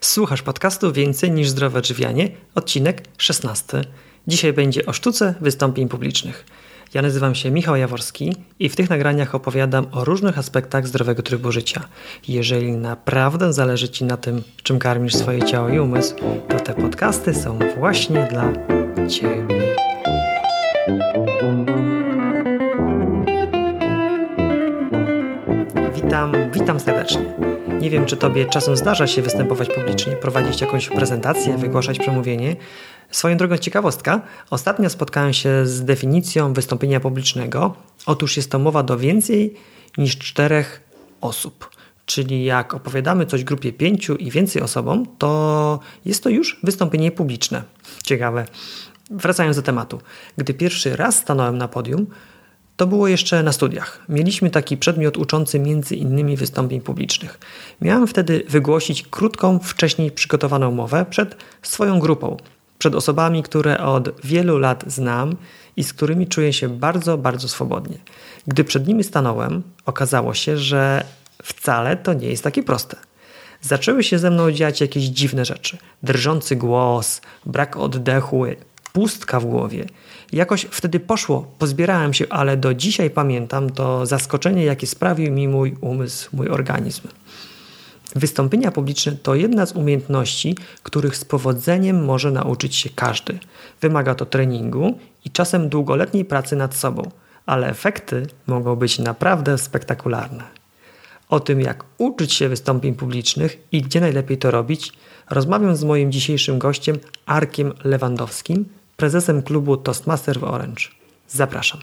Słuchasz podcastu Więcej niż zdrowe odżywianie, odcinek 16. Dzisiaj będzie o sztuce wystąpień publicznych. Ja nazywam się Michał Jaworski i w tych nagraniach opowiadam o różnych aspektach zdrowego trybu życia. Jeżeli naprawdę zależy Ci na tym, czym karmisz swoje ciało i umysł, to te podcasty są właśnie dla Ciebie. Witam serdecznie. Nie wiem, czy Tobie czasem zdarza się występować publicznie, prowadzić jakąś prezentację, wygłaszać przemówienie. Swoją drogą ciekawostka, ostatnio spotkałem się z definicją wystąpienia publicznego. Otóż jest to mowa do więcej niż 4 osób. Czyli jak opowiadamy coś grupie 5 i więcej osobom, to jest to już wystąpienie publiczne. Ciekawe. Wracając do tematu. Gdy pierwszy raz stanąłem na podium, to było jeszcze na studiach. Mieliśmy taki przedmiot uczący między innymi wystąpień publicznych. Miałem wtedy wygłosić krótką, wcześniej przygotowaną mowę przed swoją grupą. Przed osobami, które od wielu lat znam i z którymi czuję się bardzo, bardzo swobodnie. Gdy przed nimi stanąłem, okazało się, że wcale to nie jest takie proste. Zaczęły się ze mną dziać jakieś dziwne rzeczy. Drżący głos, brak oddechu, pustka w głowie. Jakoś wtedy poszło, pozbierałem się, ale do dzisiaj pamiętam to zaskoczenie, jakie sprawił mi mój umysł, mój organizm. Wystąpienia publiczne to jedna z umiejętności, których z powodzeniem może nauczyć się każdy. Wymaga to treningu i czasem długoletniej pracy nad sobą, ale efekty mogą być naprawdę spektakularne. O tym, jak uczyć się wystąpień publicznych i gdzie najlepiej to robić, rozmawiam z moim dzisiejszym gościem Arkiem Lewandowskim, prezesem klubu Toastmaster w Orange. Zapraszam.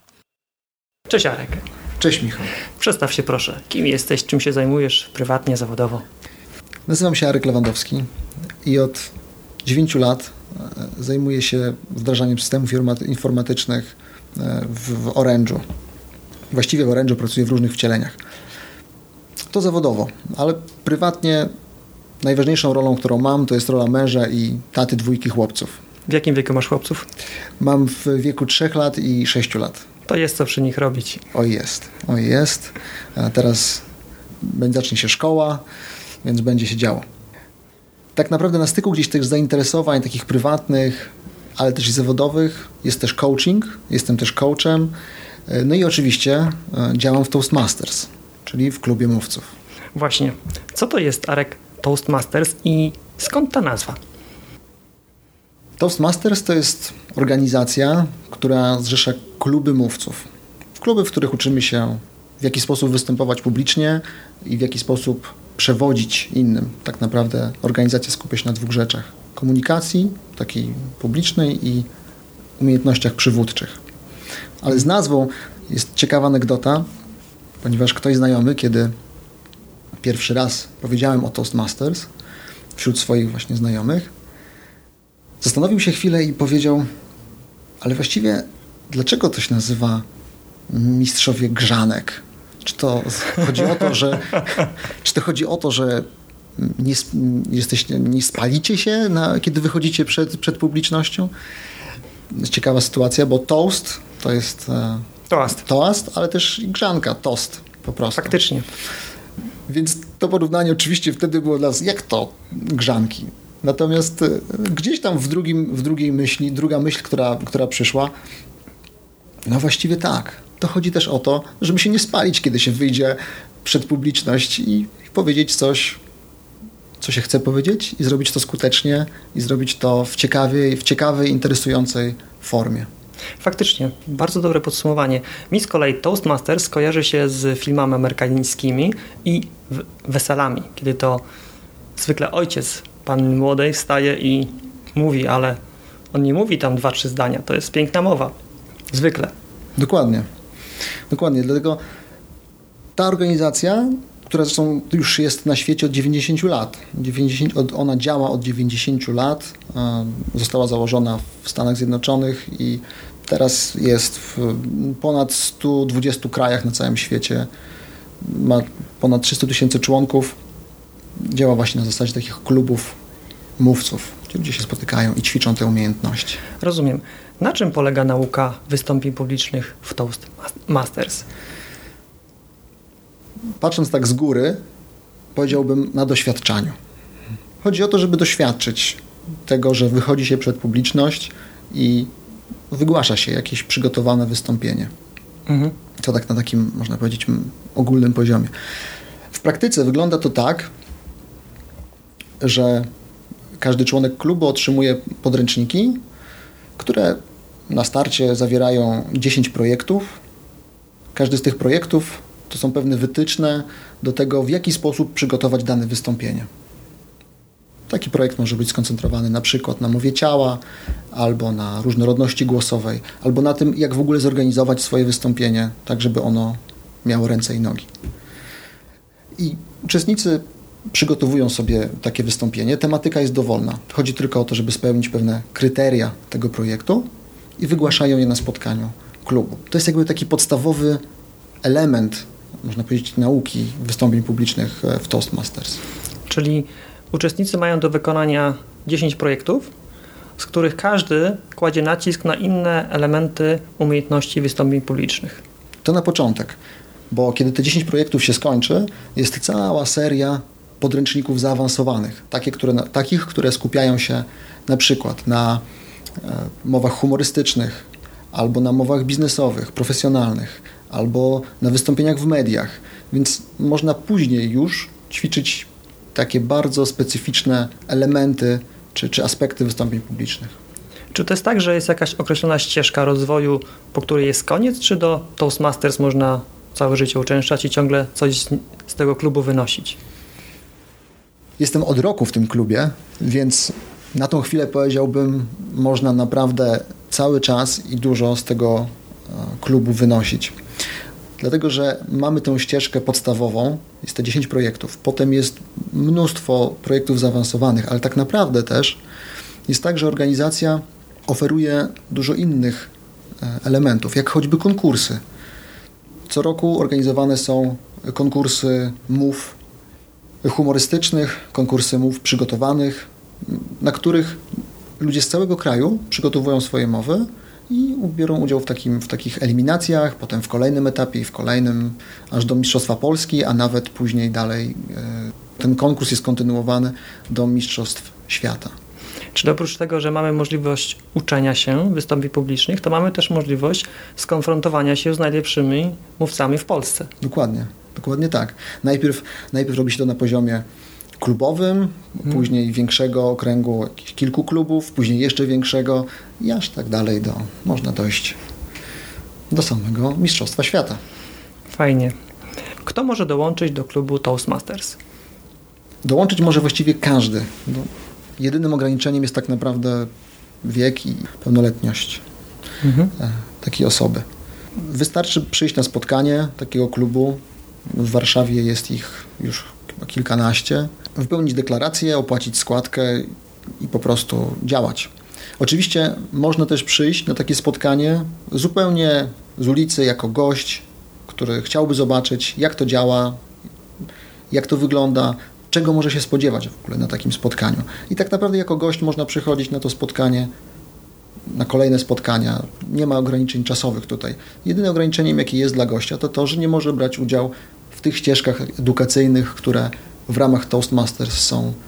Cześć Arek. Cześć Michał. Przedstaw się proszę. Kim jesteś, czym się zajmujesz prywatnie, zawodowo? Nazywam się Arek Lewandowski i od 9 lat zajmuję się wdrażaniem systemów informatycznych w Orange'u. Właściwie w Orange'u pracuję w różnych wcieleniach. To zawodowo, ale prywatnie najważniejszą rolą, którą mam, to jest rola męża i taty 2 chłopców. W jakim wieku masz chłopców? Mam w wieku 3 lat i 6 lat. To jest co przy nich robić. Oj jest. A teraz zacznie się szkoła, więc będzie się działo. Tak naprawdę na styku gdzieś tych zainteresowań takich prywatnych, ale też i zawodowych jest też coaching. Jestem też coachem. No i oczywiście działam w Toastmasters, czyli w klubie mówców. Właśnie. Co to jest, Arek, Toastmasters i skąd ta nazwa? Toastmasters to jest organizacja, która zrzesza kluby mówców. Kluby, w których uczymy się, w jaki sposób występować publicznie i w jaki sposób przewodzić innym. Tak naprawdę organizacja skupia się na 2 rzeczach. Komunikacji, takiej publicznej i umiejętnościach przywódczych. Ale z nazwą jest ciekawa anegdota, ponieważ ktoś znajomy, kiedy pierwszy raz powiedziałem o Toastmasters wśród swoich właśnie znajomych, zastanowił się chwilę i powiedział, ale właściwie dlaczego to się nazywa mistrzowie grzanek? Czy to chodzi o to, że nie spalicie się, kiedy wychodzicie przed publicznością? Jest ciekawa sytuacja, bo toast to jest toast, ale też grzanka, toast po prostu. Faktycznie. Więc to porównanie oczywiście wtedy było dla nas, jak to grzanki? Natomiast gdzieś tam druga myśl, która przyszła, no właściwie tak. To chodzi też o to, żeby się nie spalić, kiedy się wyjdzie przed publiczność i powiedzieć coś, co się chce powiedzieć i zrobić to skutecznie i zrobić to w ciekawej, interesującej formie. Faktycznie, bardzo dobre podsumowanie. Mi z kolei Toastmasters kojarzy się z filmami amerykańskimi i weselami, kiedy to zwykle ojciec pan młodej wstaje i mówi, ale on nie mówi tam 2-3 zdania. To jest piękna mowa. Zwykle. Dokładnie. Dlatego ta organizacja, która zresztą już jest na świecie od 90 lat. Ona działa od 90 lat. Została założona w Stanach Zjednoczonych i teraz jest w ponad 120 krajach na całym świecie. Ma ponad 300 000 członków. Działa właśnie na zasadzie takich klubów mówców, gdzie ludzie się spotykają i ćwiczą te umiejętności. Rozumiem. Na czym polega nauka wystąpień publicznych w Toastmasters? Patrząc tak z góry, powiedziałbym na doświadczaniu. Chodzi o to, żeby doświadczyć tego, że wychodzi się przed publiczność i wygłasza się jakieś przygotowane wystąpienie. To tak na takim, można powiedzieć, ogólnym poziomie. W praktyce wygląda to tak, że każdy członek klubu otrzymuje podręczniki, które na starcie zawierają 10 projektów. Każdy z tych projektów to są pewne wytyczne do tego, w jaki sposób przygotować dane wystąpienie. Taki projekt może być skoncentrowany na przykład na mowie ciała, albo na różnorodności głosowej, albo na tym, jak w ogóle zorganizować swoje wystąpienie, tak żeby ono miało ręce i nogi. I uczestnicy przygotowują sobie takie wystąpienie. Tematyka jest dowolna. Chodzi tylko o to, żeby spełnić pewne kryteria tego projektu i wygłaszają je na spotkaniu klubu. To jest jakby taki podstawowy element, można powiedzieć, nauki wystąpień publicznych w Toastmasters. Czyli uczestnicy mają do wykonania 10 projektów, z których każdy kładzie nacisk na inne elementy umiejętności wystąpień publicznych. To na początek, bo kiedy te 10 projektów się skończy, jest cała seria podręczników zaawansowanych, takich, które skupiają się na przykład na mowach humorystycznych, albo na mowach biznesowych, profesjonalnych, albo na wystąpieniach w mediach. Więc można później już ćwiczyć takie bardzo specyficzne elementy czy aspekty wystąpień publicznych. Czy to jest tak, że jest jakaś określona ścieżka rozwoju, po której jest koniec, czy do Toastmasters można całe życie uczęszczać i ciągle coś z tego klubu wynosić? Jestem od roku w tym klubie, więc na tą chwilę powiedziałbym, można naprawdę cały czas i dużo z tego klubu wynosić. Dlatego, że mamy tę ścieżkę podstawową, jest te 10 projektów, potem jest mnóstwo projektów zaawansowanych, ale tak naprawdę też jest tak, że organizacja oferuje dużo innych elementów, jak choćby konkursy. Co roku organizowane są konkursy mów humorystycznych, konkursy mów przygotowanych, na których ludzie z całego kraju przygotowują swoje mowy i biorą udział w takich eliminacjach, potem w kolejnym etapie i w kolejnym, aż do Mistrzostwa Polski, a nawet później dalej ten konkurs jest kontynuowany do Mistrzostw Świata. Czyli oprócz tego, że mamy możliwość uczenia się wystąpień publicznych, to mamy też możliwość skonfrontowania się z najlepszymi mówcami w Polsce. Dokładnie tak. Najpierw robi się to na poziomie klubowym, później większego okręgu kilku klubów, później jeszcze większego i aż tak dalej można dojść do samego Mistrzostwa Świata. Fajnie. Kto może dołączyć do klubu Toastmasters? Dołączyć może właściwie każdy. Jedynym ograniczeniem jest tak naprawdę wiek i pełnoletność takiej osoby. Wystarczy przyjść na spotkanie takiego klubu. W Warszawie jest ich już chyba kilkanaście. Wypełnić deklarację, opłacić składkę i po prostu działać. Oczywiście można też przyjść na takie spotkanie zupełnie z ulicy jako gość, który chciałby zobaczyć, jak to działa, jak to wygląda, czego może się spodziewać w ogóle na takim spotkaniu. I tak naprawdę jako gość można przychodzić na to spotkanie, na kolejne spotkania. Nie ma ograniczeń czasowych tutaj. Jedyne ograniczeniem, jakie jest dla gościa, to, że nie może brać udziału w tych ścieżkach edukacyjnych, które w ramach Toastmasters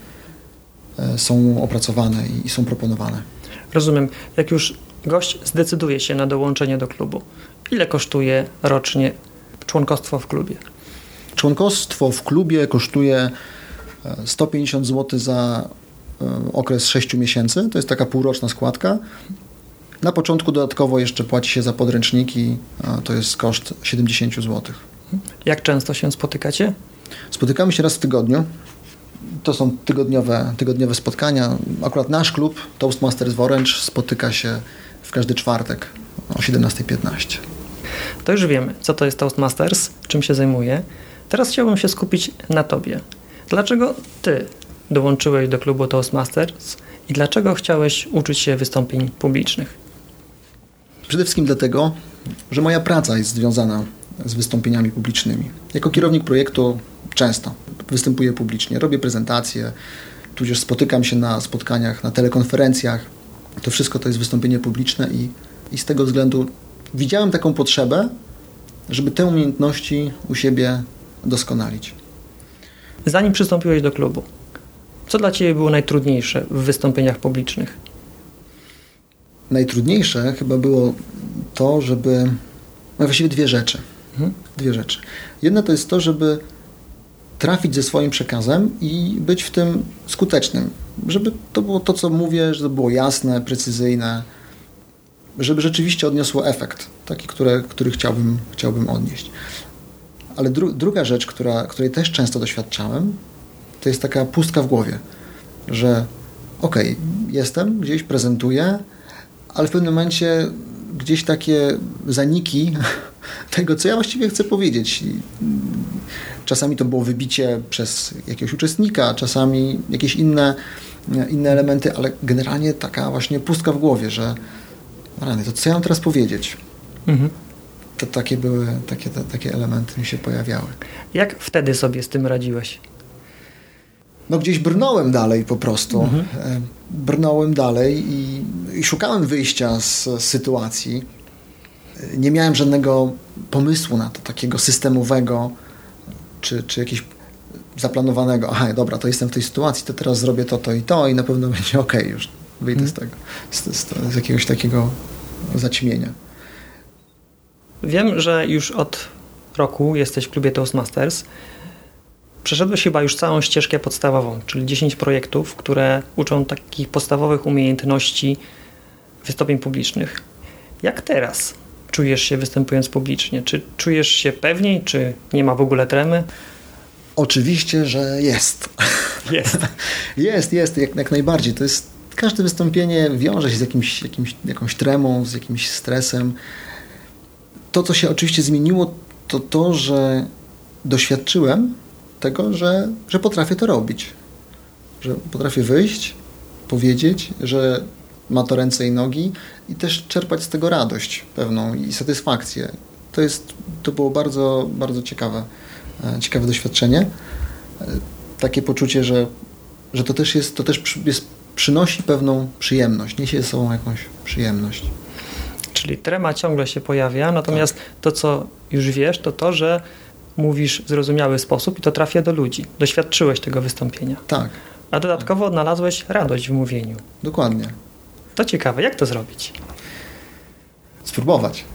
są opracowane i są proponowane. Rozumiem. Jak już gość zdecyduje się na dołączenie do klubu, ile kosztuje rocznie członkostwo w klubie? Członkostwo w klubie kosztuje 150 zł za okres 6 miesięcy. To jest taka półroczna składka. Na początku dodatkowo jeszcze płaci się za podręczniki. To jest koszt 70 zł. Jak często się spotykacie? Spotykamy się raz w tygodniu. To są tygodniowe spotkania. Akurat nasz klub Toastmasters w Orange spotyka się w każdy czwartek o 17:15. To już wiemy, co to jest Toastmasters, czym się zajmuje. Teraz chciałbym się skupić na Tobie. Dlaczego Ty dołączyłeś do klubu Toastmasters i dlaczego chciałeś uczyć się wystąpień publicznych? Przede wszystkim dlatego, że moja praca jest związana z wystąpieniami publicznymi. Jako kierownik projektu często występuję publicznie, robię prezentacje, tudzież spotykam się na spotkaniach, na telekonferencjach. To wszystko to jest wystąpienie publiczne i z tego względu widziałem taką potrzebę, żeby te umiejętności u siebie doskonalić. Zanim przystąpiłeś do klubu, Co dla Ciebie było najtrudniejsze w wystąpieniach publicznych? Najtrudniejsze chyba było to, żeby... Właściwie dwie rzeczy. Dwie rzeczy. Jedna to jest to, żeby trafić ze swoim przekazem i być w tym skutecznym. Żeby to było to, co mówię, żeby było jasne, precyzyjne, żeby rzeczywiście odniosło efekt, taki, który chciałbym odnieść. Ale druga rzecz, której też często doświadczałem, to jest taka pustka w głowie, że jestem, gdzieś prezentuję, ale w pewnym momencie gdzieś takie zaniki tego, co ja właściwie chcę powiedzieć. Czasami to było wybicie przez jakiegoś uczestnika, czasami jakieś inne elementy, ale generalnie taka właśnie pustka w głowie, że rany, to co ja mam teraz powiedzieć? To takie elementy mi się pojawiały. Jak wtedy sobie z tym radziłeś? No gdzieś brnąłem dalej po prostu. Brnąłem dalej i szukałem wyjścia z sytuacji. Nie miałem żadnego pomysłu na to, takiego systemowego, czy jakiegoś zaplanowanego. Aha, dobra, to jestem w tej sytuacji, to teraz zrobię to i to i na pewno będzie okej, już wyjdę z tego, z jakiegoś takiego zaćmienia. Wiem, że już od roku jesteś w klubie Toastmasters. Przeszedłeś chyba już całą ścieżkę podstawową, czyli 10 projektów, które uczą takich podstawowych umiejętności wystąpień publicznych. Jak teraz czujesz się występując publicznie? Czy czujesz się pewniej, czy nie ma w ogóle tremy? Oczywiście, że jest. Jest, jak najbardziej. To jest, każde wystąpienie wiąże się z jakąś tremą, z jakimś stresem. To, co się oczywiście zmieniło, to, że doświadczyłem tego, że potrafię to robić. Że potrafię wyjść, powiedzieć, że ma to ręce i nogi i też czerpać z tego radość pewną i satysfakcję. To było bardzo, bardzo ciekawe doświadczenie. Takie poczucie, że to też przynosi pewną przyjemność, niesie ze sobą jakąś przyjemność. Czyli trema ciągle się pojawia, natomiast to, co już wiesz, to, że mówisz w zrozumiały sposób i to trafia do ludzi. Doświadczyłeś tego wystąpienia. Tak. A dodatkowo odnalazłeś radość w mówieniu. Dokładnie. To ciekawe. Jak to zrobić? Spróbować.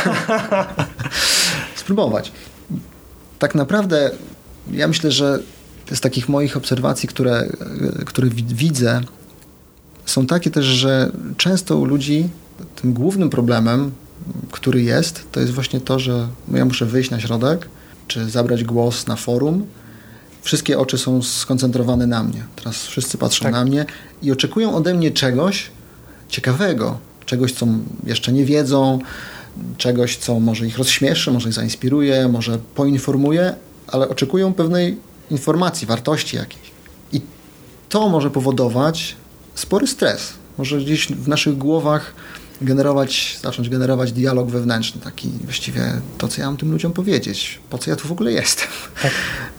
Spróbować. Tak naprawdę ja myślę, że z takich moich obserwacji, które widzę, są takie też, że często u ludzi tym głównym problemem, który jest, to jest właśnie to, że ja muszę wyjść na środek, czy zabrać głos na forum. Wszystkie oczy są skoncentrowane na mnie. Teraz wszyscy patrzą na mnie i oczekują ode mnie czegoś ciekawego, czegoś, co jeszcze nie wiedzą, czegoś, co może ich rozśmieszy, może ich zainspiruje, może poinformuje, ale oczekują pewnej informacji, wartości jakiejś. I to może powodować spory stres. Może gdzieś w naszych głowach zacząć generować dialog wewnętrzny, taki właściwie to, co ja mam tym ludziom powiedzieć, po co ja tu w ogóle jestem. Tak.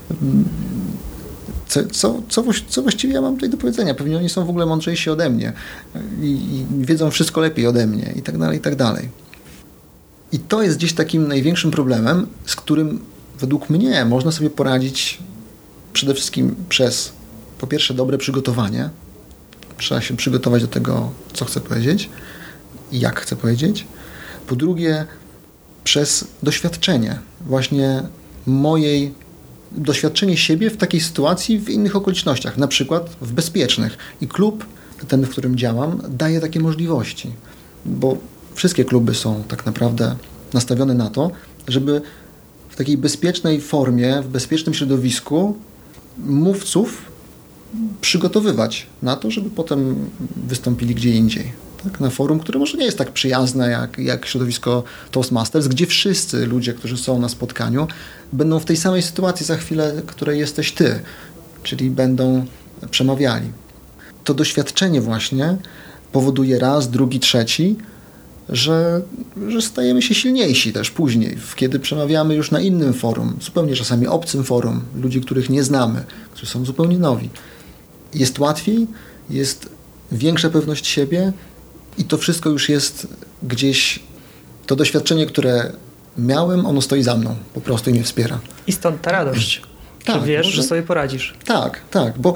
Co właściwie ja mam tutaj do powiedzenia? Pewnie oni są w ogóle mądrzejsi ode mnie i wiedzą wszystko lepiej ode mnie i tak dalej, i tak dalej. I to jest gdzieś takim największym problemem, z którym według mnie można sobie poradzić przede wszystkim przez, po pierwsze, dobre przygotowanie. Trzeba się przygotować do tego, co chcę powiedzieć i jak chcę powiedzieć. Po drugie, przez doświadczenie. Właśnie doświadczenie siebie w takiej sytuacji w innych okolicznościach, na przykład w bezpiecznych. I klub, ten, w którym działam, daje takie możliwości. Bo wszystkie kluby są tak naprawdę nastawione na to, żeby w takiej bezpiecznej formie, w bezpiecznym środowisku mówców przygotowywać na to, żeby potem wystąpili gdzie indziej. Tak? Na forum, które może nie jest tak przyjazne jak środowisko Toastmasters, gdzie wszyscy ludzie, którzy są na spotkaniu, będą w tej samej sytuacji za chwilę, w której jesteś ty, czyli będą przemawiali. To doświadczenie właśnie powoduje raz, drugi, trzeci, że stajemy się silniejsi też później, kiedy przemawiamy już na innym forum, zupełnie czasami obcym forum, ludzi, których nie znamy, którzy są zupełnie nowi. Jest łatwiej, jest większa pewność siebie i to wszystko już jest gdzieś, to doświadczenie, które miałem, ono stoi za mną po prostu i mnie wspiera. I stąd ta radość, że wiesz, że sobie poradzisz. Tak, bo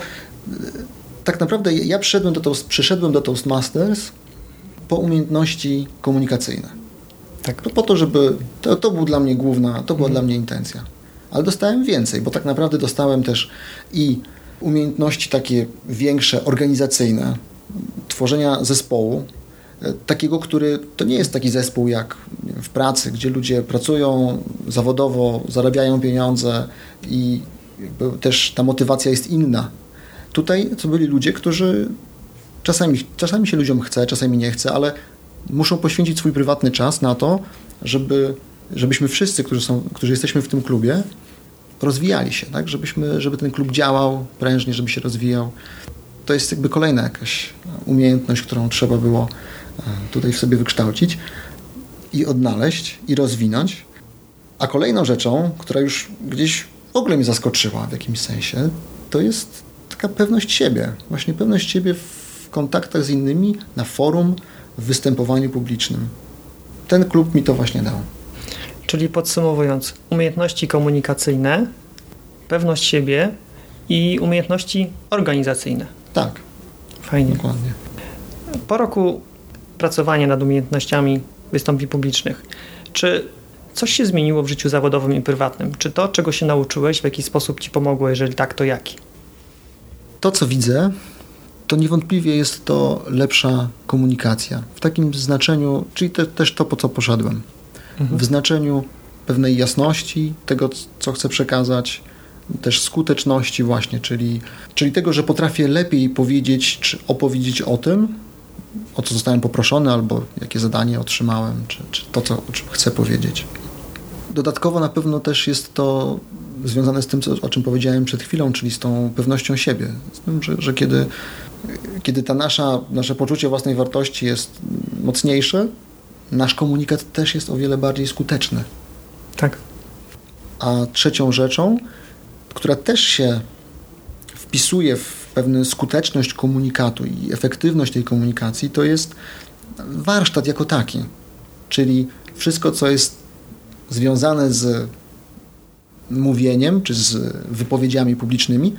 Tak naprawdę ja przyszedłem do Toastmasters po umiejętności komunikacyjne. Tak. Po to, żeby... To był dla mnie była dla mnie intencja. Ale dostałem więcej, bo tak naprawdę dostałem też i umiejętności takie większe, organizacyjne, tworzenia zespołu, takiego, który to nie jest taki zespół jak w pracy, gdzie ludzie pracują zawodowo, zarabiają pieniądze i jakby też ta motywacja jest inna. Tutaj to byli ludzie, którzy czasami się ludziom chce, czasami nie chce, ale muszą poświęcić swój prywatny czas na to, żebyśmy wszyscy, którzy jesteśmy w tym klubie, rozwijali się, tak? Żeby ten klub działał prężnie, żeby się rozwijał. To jest jakby kolejna jakaś umiejętność, którą trzeba było tutaj w sobie wykształcić i odnaleźć i rozwinąć. A kolejną rzeczą, która już gdzieś w ogóle mnie zaskoczyła w jakimś sensie, to jest taka pewność siebie. Właśnie pewność siebie w kontaktach z innymi, na forum, w występowaniu publicznym. Ten klub mi to właśnie dał. Czyli podsumowując, umiejętności komunikacyjne, pewność siebie i umiejętności organizacyjne. Tak. Fajnie. Dokładnie. Po roku pracowania nad umiejętnościami wystąpień publicznych, czy coś się zmieniło w życiu zawodowym i prywatnym? Czy to, czego się nauczyłeś, w jaki sposób ci pomogło? Jeżeli tak, to jaki? To, co widzę, to niewątpliwie jest to lepsza komunikacja. W takim znaczeniu, czyli też to, po co poszedłem. W znaczeniu pewnej jasności tego, co chcę przekazać, też skuteczności właśnie, czyli tego, że potrafię lepiej powiedzieć, czy opowiedzieć o tym, o co zostałem poproszony, albo jakie zadanie otrzymałem, czy to, o czym chcę powiedzieć. Dodatkowo na pewno też jest to związane z tym, o czym powiedziałem przed chwilą, czyli z tą pewnością siebie. Z tym, że kiedy ta nasze poczucie własnej wartości jest mocniejsze, nasz komunikat też jest o wiele bardziej skuteczny. Tak. A trzecią rzeczą, która też się wpisuje w pewną skuteczność komunikatu i efektywność tej komunikacji, to jest warsztat jako taki. Czyli wszystko, co jest związane z mówieniem, czy z wypowiedziami publicznymi,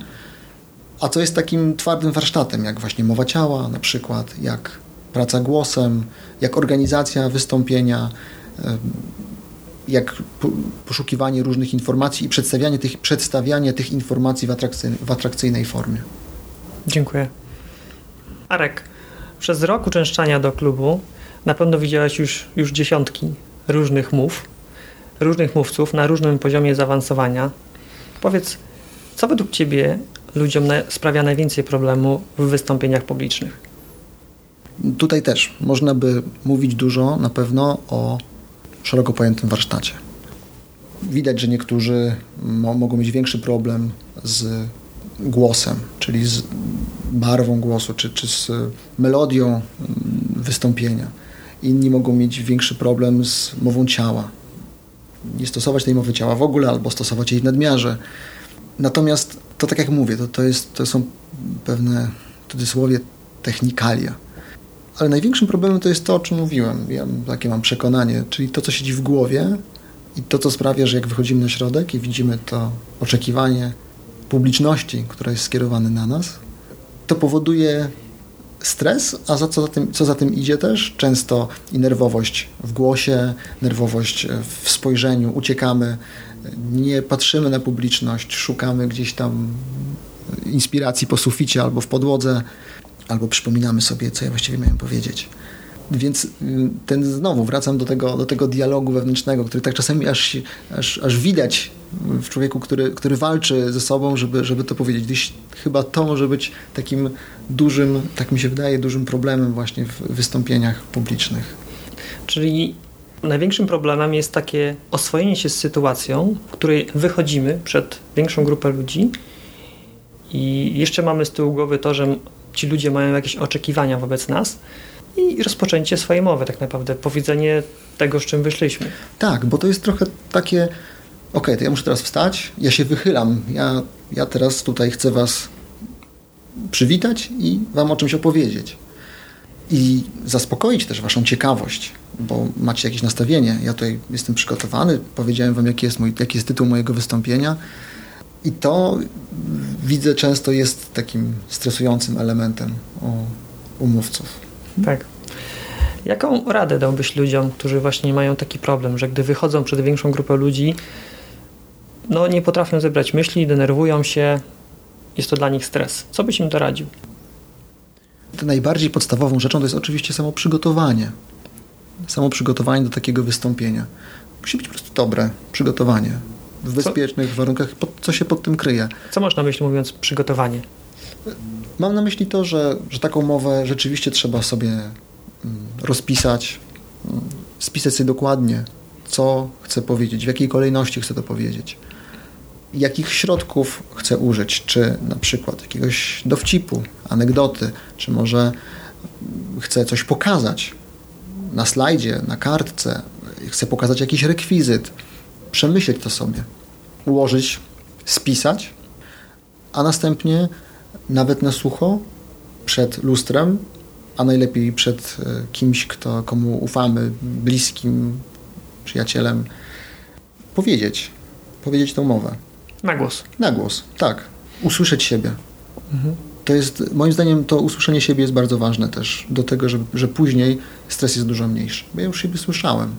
a co jest takim twardym warsztatem, jak właśnie mowa ciała na przykład, jak praca głosem, jak organizacja wystąpienia, jak poszukiwanie różnych informacji i przedstawianie tych informacji w atrakcyjnej formie. Dziękuję. Arek, przez rok uczęszczania do klubu na pewno widziałeś już dziesiątki różnych mówców na różnym poziomie zaawansowania. Powiedz, co według Ciebie ludziom sprawia najwięcej problemu w wystąpieniach publicznych? Tutaj też można by mówić dużo na pewno o szeroko pojętym warsztacie. Widać, że niektórzy mogą mieć większy problem z głosem, czyli z barwą głosu, czy z melodią wystąpienia. Inni mogą mieć większy problem z mową ciała. Nie stosować tej mowy ciała w ogóle, albo stosować jej w nadmiarze. Natomiast to, tak jak mówię, to są pewne, w cudzysłowie, technikalia. Ale największym problemem to jest to, o czym mówiłem. Ja takie mam przekonanie, czyli to, co siedzi w głowie i to, co sprawia, że jak wychodzimy na środek i widzimy to oczekiwanie publiczności, która jest skierowane na nas, to powoduje stres, a co za tym idzie też często i nerwowość w głosie, nerwowość w spojrzeniu, uciekamy, nie patrzymy na publiczność, szukamy gdzieś tam inspiracji po suficie albo w podłodze, albo przypominamy sobie, co ja właściwie miałem powiedzieć. Więc znowu wracam do tego dialogu wewnętrznego, który tak czasami aż widać w człowieku, który walczy ze sobą, żeby to powiedzieć. Gdyż chyba to może być takim dużym, tak mi się wydaje, dużym problemem właśnie w wystąpieniach publicznych. Czyli największym problemem jest takie oswojenie się z sytuacją, w której wychodzimy przed większą grupę ludzi i jeszcze mamy z tyłu głowy to, że ci ludzie mają jakieś oczekiwania wobec nas i rozpoczęcie swojej mowy, tak naprawdę powiedzenie tego, z czym wyszliśmy. Tak, bo to jest trochę takie, to ja muszę teraz wstać, ja się wychylam, ja teraz tutaj chcę was przywitać i wam o czymś opowiedzieć. I zaspokoić też waszą ciekawość, bo macie jakieś nastawienie. Ja tutaj jestem przygotowany, powiedziałem wam, jaki jest tytuł mojego wystąpienia I to widzę często jest takim stresującym elementem u mówców. Tak. Jaką radę dałbyś ludziom, którzy właśnie mają taki problem, że gdy wychodzą przed większą grupę ludzi, nie potrafią zebrać myśli, denerwują się, jest to dla nich stres. Co byś im doradził? To najbardziej podstawową rzeczą to jest oczywiście samo przygotowanie. Samo przygotowanie do takiego wystąpienia. Musi być po prostu dobre przygotowanie. W bezpiecznych warunkach, co się pod tym kryje. Co masz na myśli, mówiąc przygotowanie? Mam na myśli to, że taką mowę rzeczywiście trzeba sobie rozpisać, spisać sobie dokładnie, co chcę powiedzieć, w jakiej kolejności chcę to powiedzieć, jakich środków chcę użyć, czy na przykład jakiegoś dowcipu, anegdoty, czy może chcę coś pokazać na slajdzie, na kartce, chcę pokazać jakiś rekwizyt, przemyśleć to sobie, ułożyć, spisać, a następnie nawet na sucho przed lustrem, a najlepiej przed kimś, komu ufamy, bliskim, przyjacielem, powiedzieć tą mowę. Na głos, tak. Usłyszeć siebie. To jest, moim zdaniem, to usłyszenie siebie jest bardzo ważne też do tego, że później stres jest dużo mniejszy. Bo ja już siebie słyszałem.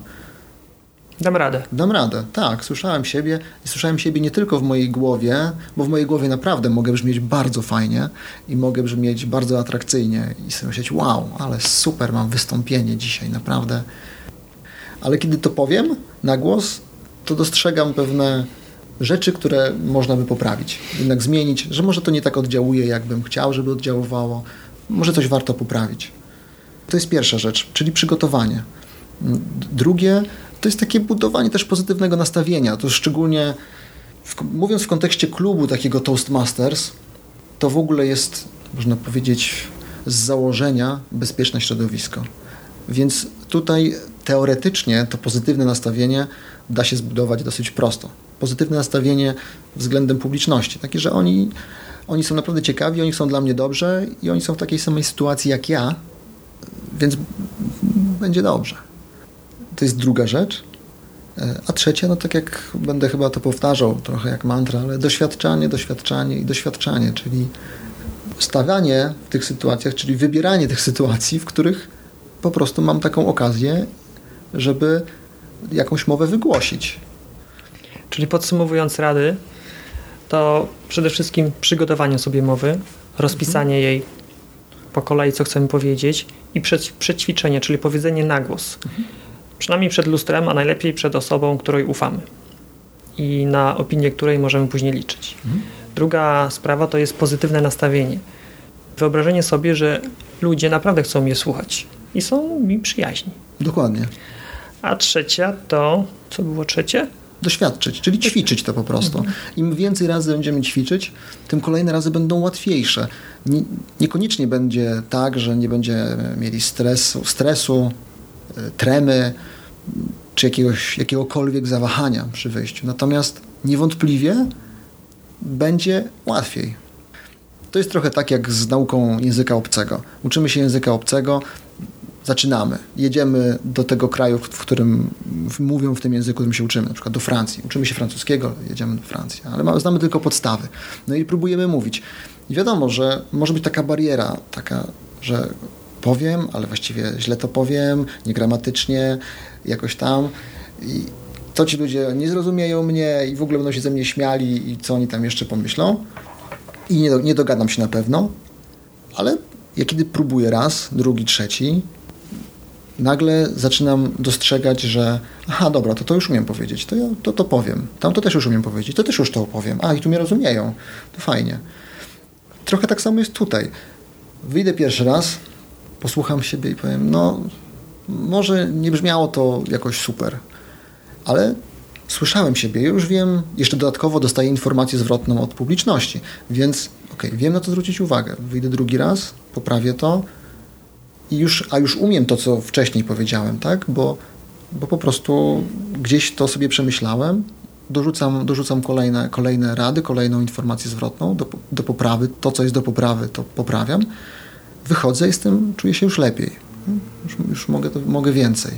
Dam radę, tak. Słyszałem siebie nie tylko w mojej głowie, bo w mojej głowie naprawdę mogę brzmieć bardzo fajnie i mogę brzmieć bardzo atrakcyjnie i sobie myśleć, wow, ale super, mam wystąpienie dzisiaj, naprawdę. Ale kiedy to powiem na głos, to dostrzegam pewne rzeczy, które można by poprawić, jednak zmienić, że może to nie tak oddziałuje, jakbym chciał, żeby oddziaływało, może coś warto poprawić. To jest pierwsza rzecz, czyli przygotowanie. Drugie, to jest takie budowanie też pozytywnego nastawienia. To szczególnie, mówiąc w kontekście klubu takiego Toastmasters, to w ogóle jest, można powiedzieć, z założenia bezpieczne środowisko. Więc tutaj teoretycznie to pozytywne nastawienie da się zbudować dosyć prosto. Pozytywne nastawienie względem publiczności. Takie, że oni są naprawdę ciekawi, oni są dla mnie dobrze i oni są w takiej samej sytuacji jak ja, więc będzie dobrze. To jest druga rzecz. A trzecia, tak jak będę chyba to powtarzał, trochę jak mantra, ale doświadczanie, czyli stawianie w tych sytuacjach, czyli wybieranie tych sytuacji, w których po prostu mam taką okazję, żeby jakąś mowę wygłosić. Czyli podsumowując rady, to przede wszystkim przygotowanie sobie mowy, rozpisanie jej po kolei, co chcemy powiedzieć i przećwiczenie, czyli powiedzenie na głos. Przynajmniej przed lustrem, a najlepiej przed osobą, której ufamy i na opinię której możemy później liczyć. Druga sprawa to jest pozytywne nastawienie. Wyobrażenie sobie, że ludzie naprawdę chcą mnie słuchać i są mi przyjaźni. Dokładnie. A trzecia to... Co było trzecie? Doświadczyć, czyli ćwiczyć to po prostu. Im więcej razy będziemy ćwiczyć, tym kolejne razy będą łatwiejsze. Niekoniecznie będzie tak, że nie będziemy mieli stresu, tremy, czy jakiegokolwiek zawahania przy wyjściu. Natomiast niewątpliwie będzie łatwiej. To jest trochę tak jak z nauką języka obcego. Uczymy się języka obcego, zaczynamy. Jedziemy do tego kraju, w którym mówią w tym języku, którym się uczymy, na przykład do Francji. Uczymy się francuskiego, jedziemy do Francji, ale znamy tylko podstawy. No i próbujemy mówić. I wiadomo, że może być taka bariera, że powiem, ale właściwie źle to powiem, niegramatycznie, jakoś tam. I to ci ludzie nie zrozumieją mnie i w ogóle będą się ze mnie śmiali i co oni tam jeszcze pomyślą. I nie dogadam się na pewno, ale ja kiedy próbuję raz, drugi, trzeci, nagle zaczynam dostrzegać, że aha, dobra, to już umiem powiedzieć, to ja to powiem. Tam to też już umiem powiedzieć, to też już to opowiem. A, i tu mnie rozumieją. To fajnie. Trochę tak samo jest tutaj. Wyjdę pierwszy raz, posłucham siebie i powiem, może nie brzmiało to jakoś super, ale słyszałem siebie, już wiem, jeszcze dodatkowo dostaję informację zwrotną od publiczności, więc wiem na to zwrócić uwagę. Wyjdę drugi raz, poprawię to a już umiem to, co wcześniej powiedziałem, tak? Bo po prostu gdzieś to sobie przemyślałem, dorzucam kolejne rady, kolejną informację zwrotną do poprawy, to, co jest do poprawy, to poprawiam. Wychodzę, czuję się już lepiej. Już mogę więcej.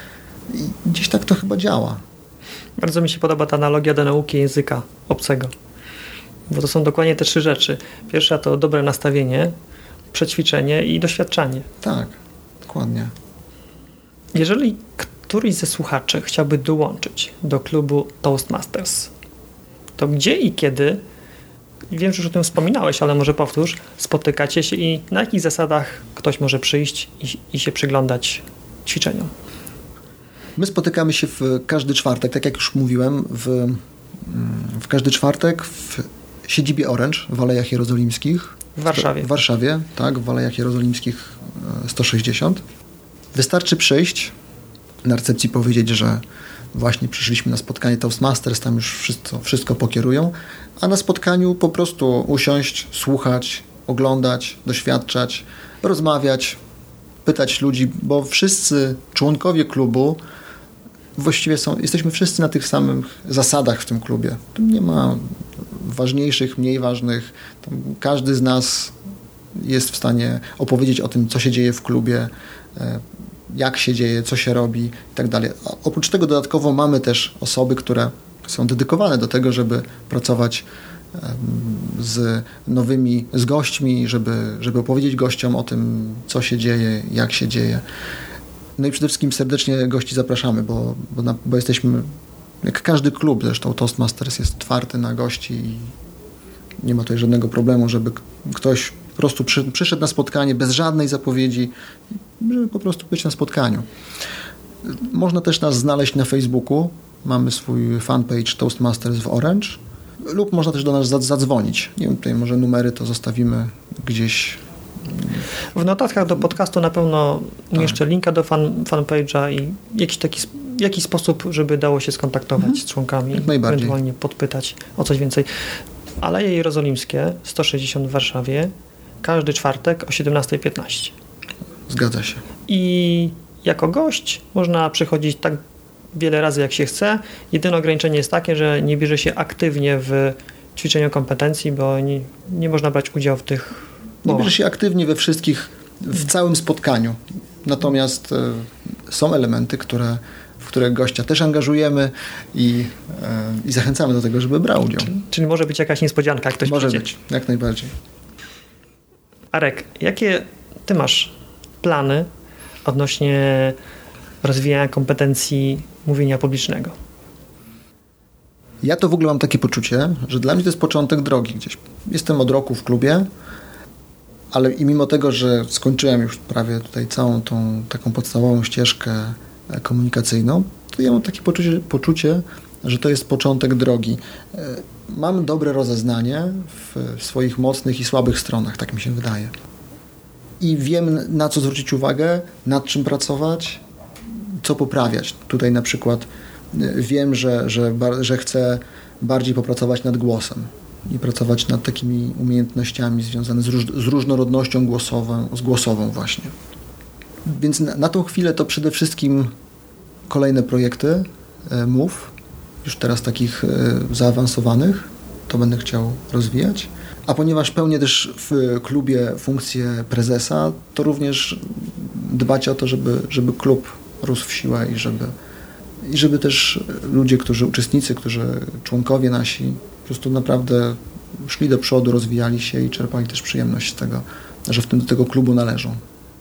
I gdzieś tak to chyba działa. Bardzo mi się podoba ta analogia do nauki języka obcego. bo to są dokładnie te 3 rzeczy. Pierwsza to dobre nastawienie, przećwiczenie i doświadczanie. Tak, dokładnie. Jeżeli któryś ze słuchaczy chciałby dołączyć do klubu Toastmasters, to gdzie i kiedy, wiem, że już o tym wspominałeś, ale może powtórz, spotykacie się i na jakich zasadach ktoś może przyjść i się przyglądać ćwiczeniom? My spotykamy się w każdy czwartek, tak jak już mówiłem, w każdy czwartek w siedzibie Orange w Alejach Jerozolimskich. W Warszawie. W Warszawie, tak, w Alejach Jerozolimskich 160. Wystarczy przyjść, na recepcji powiedzieć, że właśnie przyszliśmy na spotkanie Toastmasters, tam już wszystko pokierują, a na spotkaniu po prostu usiąść, słuchać, oglądać, doświadczać, rozmawiać, pytać ludzi, bo wszyscy członkowie klubu właściwie jesteśmy wszyscy na tych samych zasadach w tym klubie. Tu nie ma ważniejszych, mniej ważnych. Każdy z nas jest w stanie opowiedzieć o tym, co się dzieje w klubie, jak się dzieje, co się robi i tak dalej. Oprócz tego dodatkowo mamy też osoby, które są dedykowane do tego, żeby pracować z gośćmi, żeby opowiedzieć gościom o tym, co się dzieje, jak się dzieje. No i przede wszystkim serdecznie gości zapraszamy, bo jesteśmy, jak każdy klub zresztą, Toastmasters jest otwarty na gości i nie ma tutaj żadnego problemu, żeby ktoś po prostu przyszedł na spotkanie bez żadnej zapowiedzi, żeby po prostu być na spotkaniu. Można też nas znaleźć na Facebooku. Mamy swój fanpage Toastmasters w Orange. Lub można też do nas zadzwonić. Nie wiem, tutaj może numery to zostawimy gdzieś. W notatkach do podcastu na pewno umieszczę linka do fanpage'a i jakiś sposób, żeby dało się skontaktować z członkami, ewentualnie podpytać o coś więcej. Aleje Jerozolimskie 160 w Warszawie, każdy czwartek o 17:15. Zgadza się. I jako gość można przychodzić tak wiele razy, jak się chce. Jedyne ograniczenie jest takie, że nie bierze się aktywnie w ćwiczeniu kompetencji, bo nie można brać udziału w tych... Nie bierze się aktywnie we wszystkich, w całym spotkaniu. Natomiast są elementy, w które gościa też angażujemy i zachęcamy do tego, żeby brał udział. Czyli może być jakaś niespodzianka, jak ktoś może przyjdzie. Być, jak najbardziej. Arek, jakie ty masz plany odnośnie rozwijania kompetencji mówienia publicznego? Ja to w ogóle mam takie poczucie, że dla mnie to jest początek drogi gdzieś. Jestem od roku w klubie, ale i mimo tego, że skończyłem już prawie tutaj całą tą taką podstawową ścieżkę komunikacyjną, to ja mam takie poczucie, że to jest początek drogi. Mam dobre rozeznanie w swoich mocnych i słabych stronach, tak mi się wydaje. I wiem, na co zwrócić uwagę, nad czym pracować, co poprawiać. Tutaj na przykład wiem, że chcę bardziej popracować nad głosem i pracować nad takimi umiejętnościami związanymi z różnorodnością głosową właśnie. Więc na tą chwilę to przede wszystkim kolejne projekty mów, już teraz takich zaawansowanych, to będę chciał rozwijać. A ponieważ pełnię też w klubie funkcję prezesa, to również dbać o to, żeby klub rósł w siłę i żeby też ludzie, uczestnicy, członkowie nasi po prostu naprawdę szli do przodu, rozwijali się i czerpali też przyjemność z tego, że do tego klubu należą.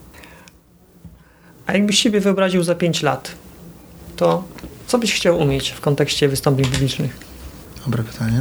A jakbyś siebie wyobraził za 5 lat, to co byś chciał umieć w kontekście wystąpień publicznych? Dobre pytanie.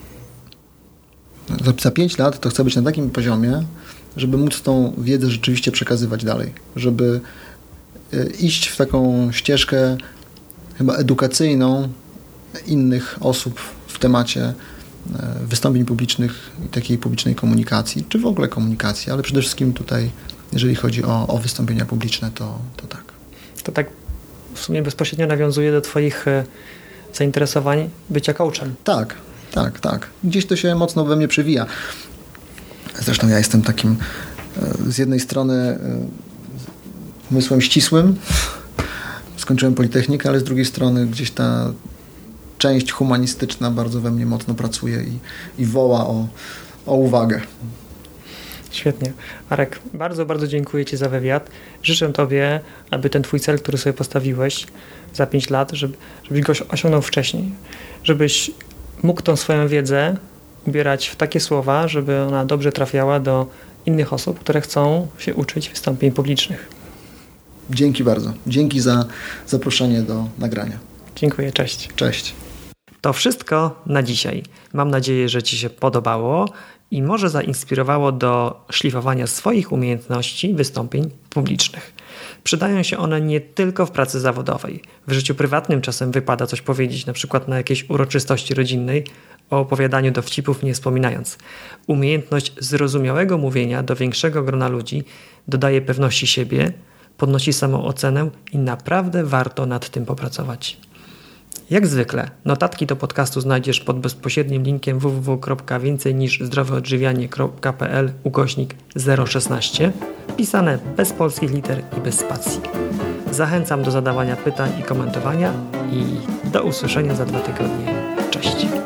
Za 5 lat to chcę być na takim poziomie, żeby móc tą wiedzę rzeczywiście przekazywać dalej. Żeby iść w taką ścieżkę chyba edukacyjną innych osób w temacie wystąpień publicznych i takiej publicznej komunikacji, czy w ogóle komunikacji, ale przede wszystkim tutaj, jeżeli chodzi o wystąpienia publiczne, to tak. To tak w sumie bezpośrednio nawiązuje do twoich zainteresowań bycia coachem. Tak. Gdzieś to się mocno we mnie przewija. Zresztą ja jestem takim z jednej strony umysłem ścisłym, skończyłem Politechnikę, ale z drugiej strony gdzieś ta część humanistyczna bardzo we mnie mocno pracuje i woła o uwagę. Świetnie. Arek, bardzo, bardzo dziękuję Ci za wywiad. Życzę Tobie, aby ten Twój cel, który sobie postawiłeś za 5 lat, żebyś go osiągnął wcześniej. Żebyś mógł tą swoją wiedzę ubierać w takie słowa, żeby ona dobrze trafiała do innych osób, które chcą się uczyć wystąpień publicznych. Dzięki bardzo. Dzięki za zaproszenie do nagrania. Dziękuję, cześć. Cześć. To wszystko na dzisiaj. Mam nadzieję, że Ci się podobało i może zainspirowało do szlifowania swoich umiejętności wystąpień publicznych. Przydają się one nie tylko w pracy zawodowej. W życiu prywatnym czasem wypada coś powiedzieć, na przykład na jakiejś uroczystości rodzinnej, o opowiadaniu dowcipów nie wspominając. Umiejętność zrozumiałego mówienia do większego grona ludzi dodaje pewności siebie, podnosi samoocenę i naprawdę warto nad tym popracować. Jak zwykle, notatki do podcastu znajdziesz pod bezpośrednim linkiem www.więcejniżzdrowoodżywianie.pl/016, pisane bez polskich liter i bez spacji. Zachęcam do zadawania pytań i komentowania i do usłyszenia za 2 tygodnie. Cześć!